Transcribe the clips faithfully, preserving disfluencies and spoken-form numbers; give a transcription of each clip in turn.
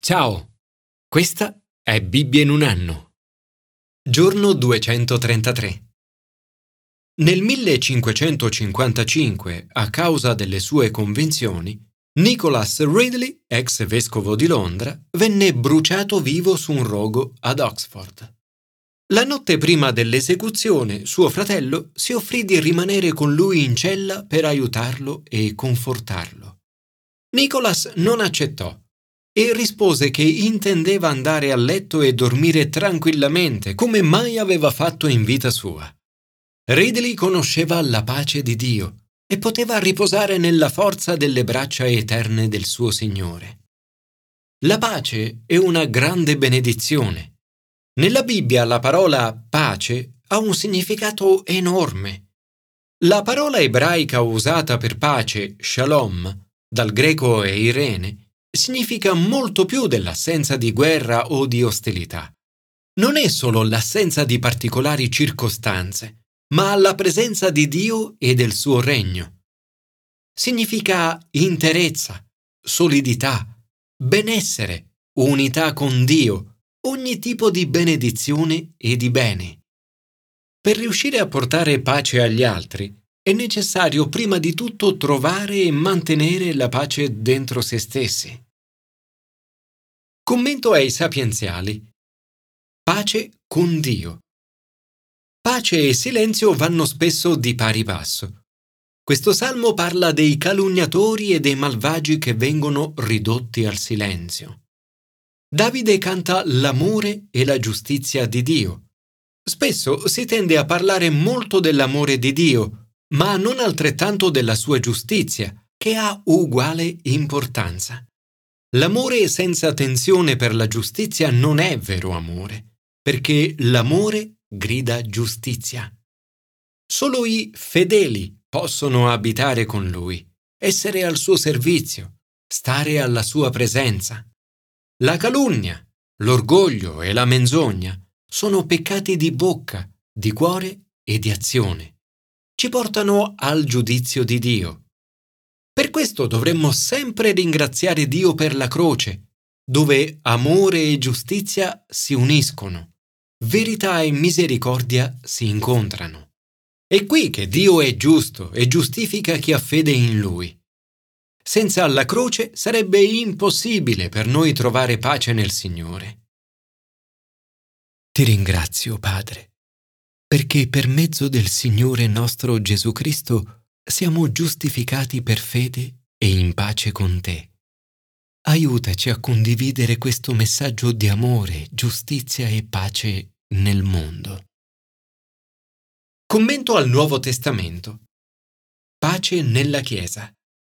Ciao, questa è Bibbia in un anno. Giorno duecentotrentatré. Nel millecinquecentocinquantacinque, a causa delle sue convinzioni, Nicholas Ridley, ex vescovo di Londra, venne bruciato vivo su un rogo ad Oxford. La notte prima dell'esecuzione, suo fratello si offrì di rimanere con lui in cella per aiutarlo e confortarlo. Nicholas non accettò e rispose che intendeva andare a letto e dormire tranquillamente, come mai aveva fatto in vita sua. Ridley conosceva la pace di Dio e poteva riposare nella forza delle braccia eterne del suo Signore. La pace è una grande benedizione. Nella Bibbia la parola pace ha un significato enorme. La parola ebraica usata per pace, shalom, dal greco eirene, significa molto più dell'assenza di guerra o di ostilità. Non è solo l'assenza di particolari circostanze, ma la presenza di Dio e del suo regno. Significa interezza, solidità, benessere, unità con Dio, ogni tipo di benedizione e di bene. Per riuscire a portare pace agli altri, è necessario prima di tutto trovare e mantenere la pace dentro se stessi. Commento ai sapienziali. Pace con Dio. Pace e silenzio vanno spesso di pari passo. Questo salmo parla dei calunniatori e dei malvagi che vengono ridotti al silenzio. Davide canta l'amore e la giustizia di Dio. Spesso si tende a parlare molto dell'amore di Dio, ma non altrettanto della sua giustizia, che ha uguale importanza. L'amore senza tensione per la giustizia non è vero amore, perché l'amore grida giustizia. Solo i fedeli possono abitare con lui, essere al suo servizio, stare alla sua presenza. La calunnia, l'orgoglio e la menzogna sono peccati di bocca, di cuore e di azione. Ci portano al giudizio di Dio. Per questo dovremmo sempre ringraziare Dio per la croce, dove amore e giustizia si uniscono, verità e misericordia si incontrano. È qui che Dio è giusto e giustifica chi ha fede in Lui. Senza la croce sarebbe impossibile per noi trovare pace nel Signore. Ti ringrazio, Padre, perché per mezzo del Signore nostro Gesù Cristo siamo giustificati per fede e in pace con te. Aiutaci a condividere questo messaggio di amore, giustizia e pace nel mondo. Commento al Nuovo Testamento. Pace nella Chiesa.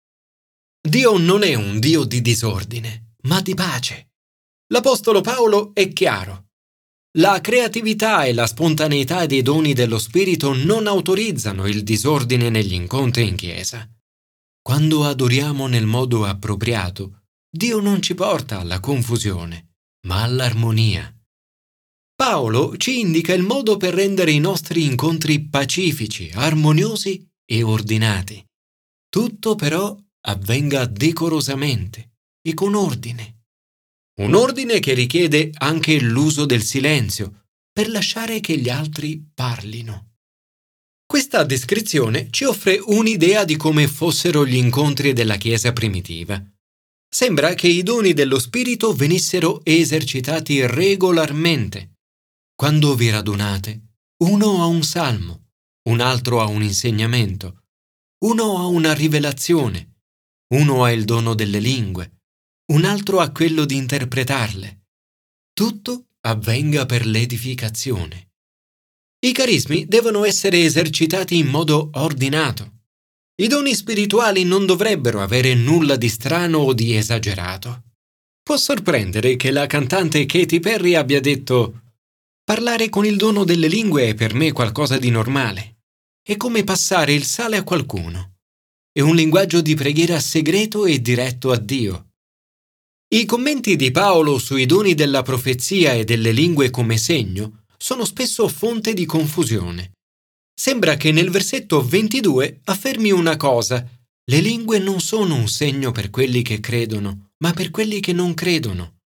Dio non è un Dio di disordine, ma di pace. L'Apostolo Paolo è chiaro. La creatività e la spontaneità dei doni dello Spirito non autorizzano il disordine negli incontri in Chiesa. Quando adoriamo nel modo appropriato, Dio non ci porta alla confusione, ma all'armonia. Paolo ci indica il modo per rendere i nostri incontri pacifici, armoniosi e ordinati. Tutto però avvenga decorosamente e con ordine. Un ordine che richiede anche l'uso del silenzio, per lasciare che gli altri parlino. Questa descrizione ci offre un'idea di come fossero gli incontri della Chiesa primitiva. Sembra che i doni dello Spirito venissero esercitati regolarmente. Quando vi radunate, uno ha un salmo, un altro ha un insegnamento, uno ha una rivelazione, uno ha il dono delle lingue, un altro ha quello di interpretarle. Tutto avvenga per l'edificazione. I carismi devono essere esercitati in modo ordinato. I doni spirituali non dovrebbero avere nulla di strano o di esagerato. Può sorprendere che la cantante Katy Perry abbia detto: «Parlare con il dono delle lingue è per me qualcosa di normale. È come passare il sale a qualcuno. È un linguaggio di preghiera segreto e diretto a Dio». I commenti di Paolo sui doni della profezia e delle lingue come segno sono spesso fonte di confusione. Sembra che nel versetto ventidue affermi una cosa: le lingue non sono un segno per quelli che credono, ma per quelli che non credono.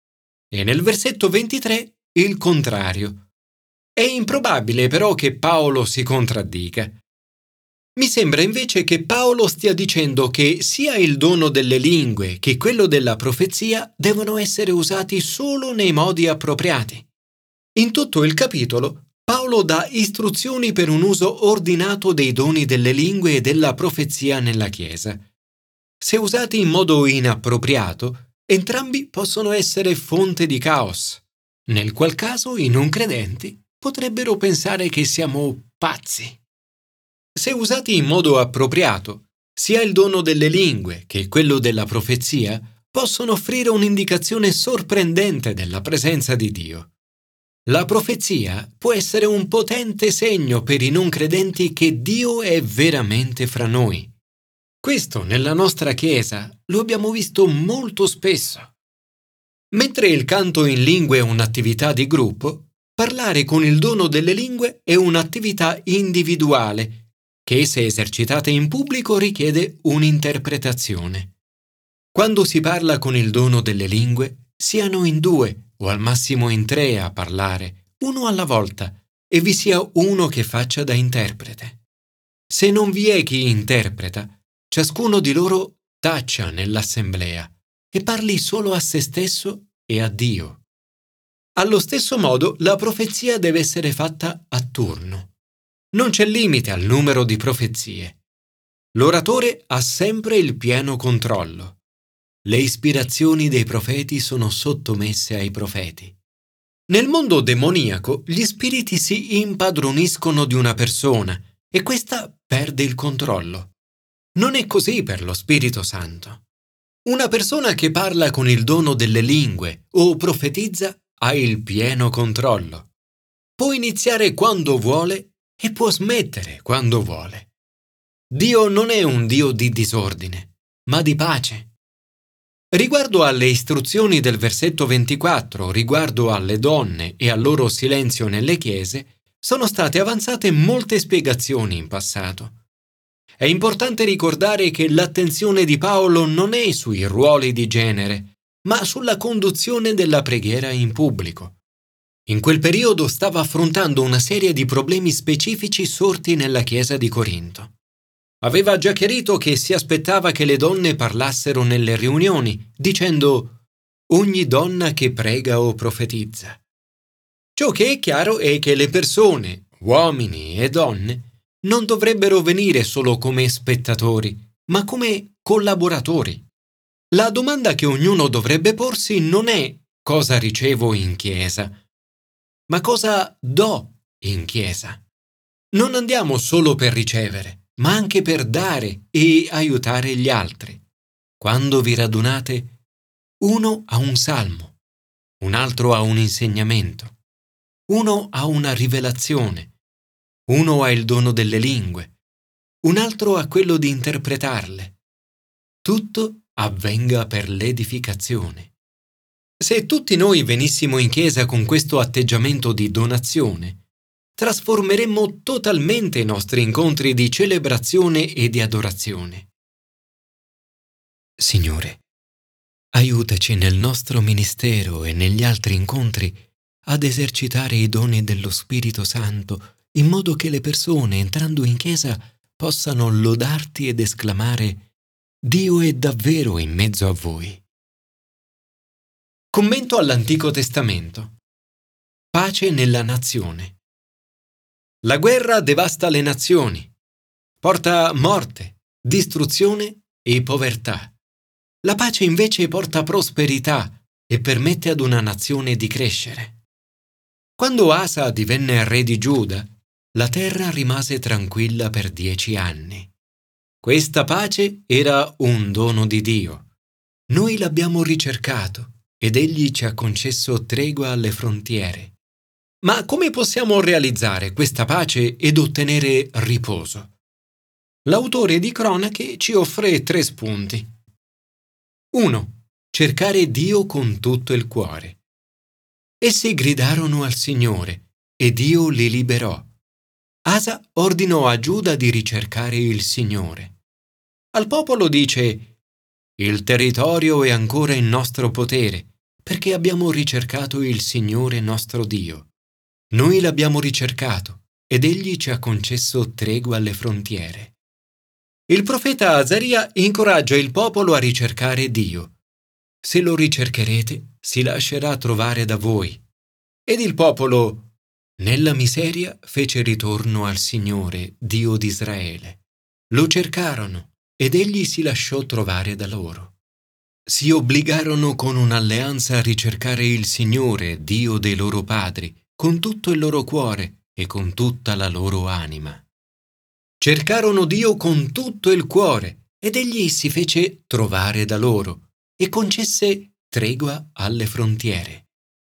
E nel versetto ventitré il contrario. È improbabile però che Paolo si contraddica. Mi sembra invece che Paolo stia dicendo che sia il dono delle lingue che quello della profezia devono essere usati solo nei modi appropriati. In tutto il capitolo, Paolo dà istruzioni per un uso ordinato dei doni delle lingue e della profezia nella Chiesa. Se usati in modo inappropriato, entrambi possono essere fonte di caos, nel qual caso i non credenti potrebbero pensare che siamo pazzi. Se usati in modo appropriato, sia il dono delle lingue che quello della profezia possono offrire un'indicazione sorprendente della presenza di Dio. La profezia può essere un potente segno per i non credenti che Dio è veramente fra noi. Questo nella nostra Chiesa lo abbiamo visto molto spesso. Mentre il canto in lingue è un'attività di gruppo, parlare con il dono delle lingue è un'attività individuale che, se esercitata in pubblico, richiede un'interpretazione. Quando si parla con il dono delle lingue, siano in due o al massimo in tre a parlare, uno alla volta, e vi sia uno che faccia da interprete. Se non vi è chi interpreta, ciascuno di loro taccia nell'assemblea e parli solo a se stesso e a Dio. Allo stesso modo, la profezia deve essere fatta a turno. Non c'è limite al numero di profezie. L'oratore ha sempre il pieno controllo. Le ispirazioni dei profeti sono sottomesse ai profeti. Nel mondo demoniaco, gli spiriti si impadroniscono di una persona e questa perde il controllo. Non è così per lo Spirito Santo. Una persona che parla con il dono delle lingue o profetizza ha il pieno controllo. Può iniziare quando vuole e può smettere quando vuole. Dio non è un Dio di disordine, ma di pace. Riguardo alle istruzioni del versetto ventiquattro, riguardo alle donne e al loro silenzio nelle chiese, sono state avanzate molte spiegazioni in passato. È importante ricordare che l'attenzione di Paolo non è sui ruoli di genere, ma sulla conduzione della preghiera in pubblico. In quel periodo stava affrontando una serie di problemi specifici sorti nella Chiesa di Corinto. Aveva già chiarito che si aspettava che le donne parlassero nelle riunioni, dicendo «ogni donna che prega o profetizza». Ciò che è chiaro è che le persone, uomini e donne, non dovrebbero venire solo come spettatori, ma come collaboratori. La domanda che ognuno dovrebbe porsi non è «cosa ricevo in Chiesa?», ma cosa do in Chiesa? Non andiamo solo per ricevere, ma anche per dare e aiutare gli altri. Quando vi radunate, uno ha un salmo, un altro ha un insegnamento, uno ha una rivelazione, uno ha il dono delle lingue, un altro ha quello di interpretarle. Tutto avvenga per l'edificazione. Se tutti noi venissimo in chiesa con questo atteggiamento di donazione, trasformeremmo totalmente i nostri incontri di celebrazione e di adorazione. Signore, aiutaci nel nostro ministero e negli altri incontri ad esercitare i doni dello Spirito Santo in modo che le persone entrando in chiesa possano lodarti ed esclamare «Dio è davvero in mezzo a voi». Commento all'Antico Testamento. Pace nella nazione. La guerra devasta le nazioni, porta morte, distruzione e povertà. La pace invece porta prosperità e permette ad una nazione di crescere. Quando Asa divenne re di Giuda, la terra rimase tranquilla per dieci anni. Questa pace era un dono di Dio. Noi l'abbiamo ricercato ed Egli ci ha concesso tregua alle frontiere. Ma come possiamo realizzare questa pace ed ottenere riposo? L'autore di Cronache ci offre tre spunti. uno. Cercare Dio con tutto il cuore. Essi gridarono al Signore e Dio li liberò. Asa ordinò a Giuda di ricercare il Signore. Al popolo dice: «Il territorio è ancora in nostro potere, perché abbiamo ricercato il Signore nostro Dio. Noi l'abbiamo ricercato ed Egli ci ha concesso tregua alle frontiere. Il profeta Azaria incoraggia il popolo a ricercare Dio. Se lo ricercherete, si lascerà trovare da voi. Ed il popolo, nella miseria, fece ritorno al Signore, Dio di Israele. Lo cercarono ed Egli si lasciò trovare da loro. Si obbligarono con un'alleanza a ricercare il Signore, Dio dei loro padri, con tutto il loro cuore e con tutta la loro anima. Cercarono Dio con tutto il cuore ed Egli si fece trovare da loro e concesse tregua alle frontiere.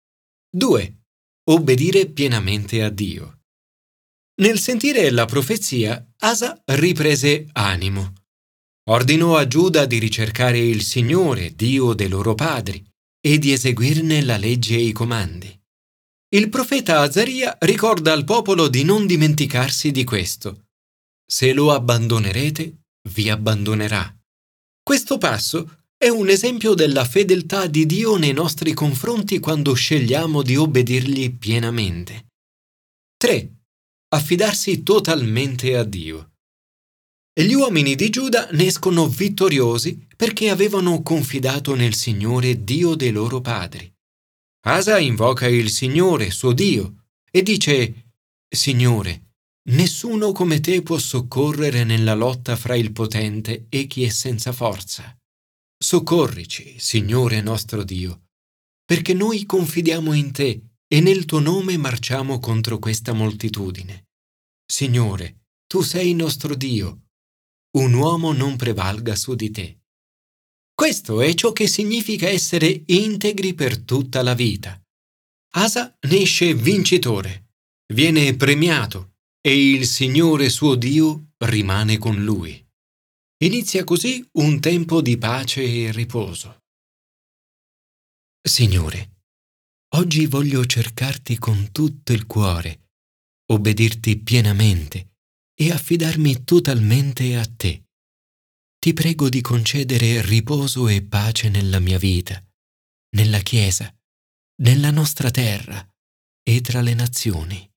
due. Obbedire pienamente a Dio. Nel sentire la profezia, Asa riprese animo. Ordinò a Giuda di ricercare il Signore, Dio dei loro padri, e di eseguirne la legge e i comandi. Il profeta Azaria ricorda al popolo di non dimenticarsi di questo. Se lo abbandonerete, vi abbandonerà. Questo passo è un esempio della fedeltà di Dio nei nostri confronti quando scegliamo di obbedirgli pienamente. tre. Affidarsi totalmente a Dio. Gli uomini di Giuda ne escono vittoriosi perché avevano confidato nel Signore, Dio dei loro padri. Asa invoca il Signore, suo Dio, e dice: Signore, nessuno come te può soccorrere nella lotta fra il potente e chi è senza forza. Soccorrici, Signore nostro Dio, perché noi confidiamo in te e nel tuo nome marciamo contro questa moltitudine. Signore, tu sei nostro Dio. Un uomo non prevalga su di te. Questo è ciò che significa essere integri per tutta la vita. Asa ne esce vincitore, viene premiato e il Signore suo Dio rimane con lui. Inizia così un tempo di pace e riposo. Signore, oggi voglio cercarti con tutto il cuore, obbedirti pienamente e affidarmi totalmente a te. Ti prego di concedere riposo e pace nella mia vita, nella Chiesa, nella nostra terra e tra le nazioni.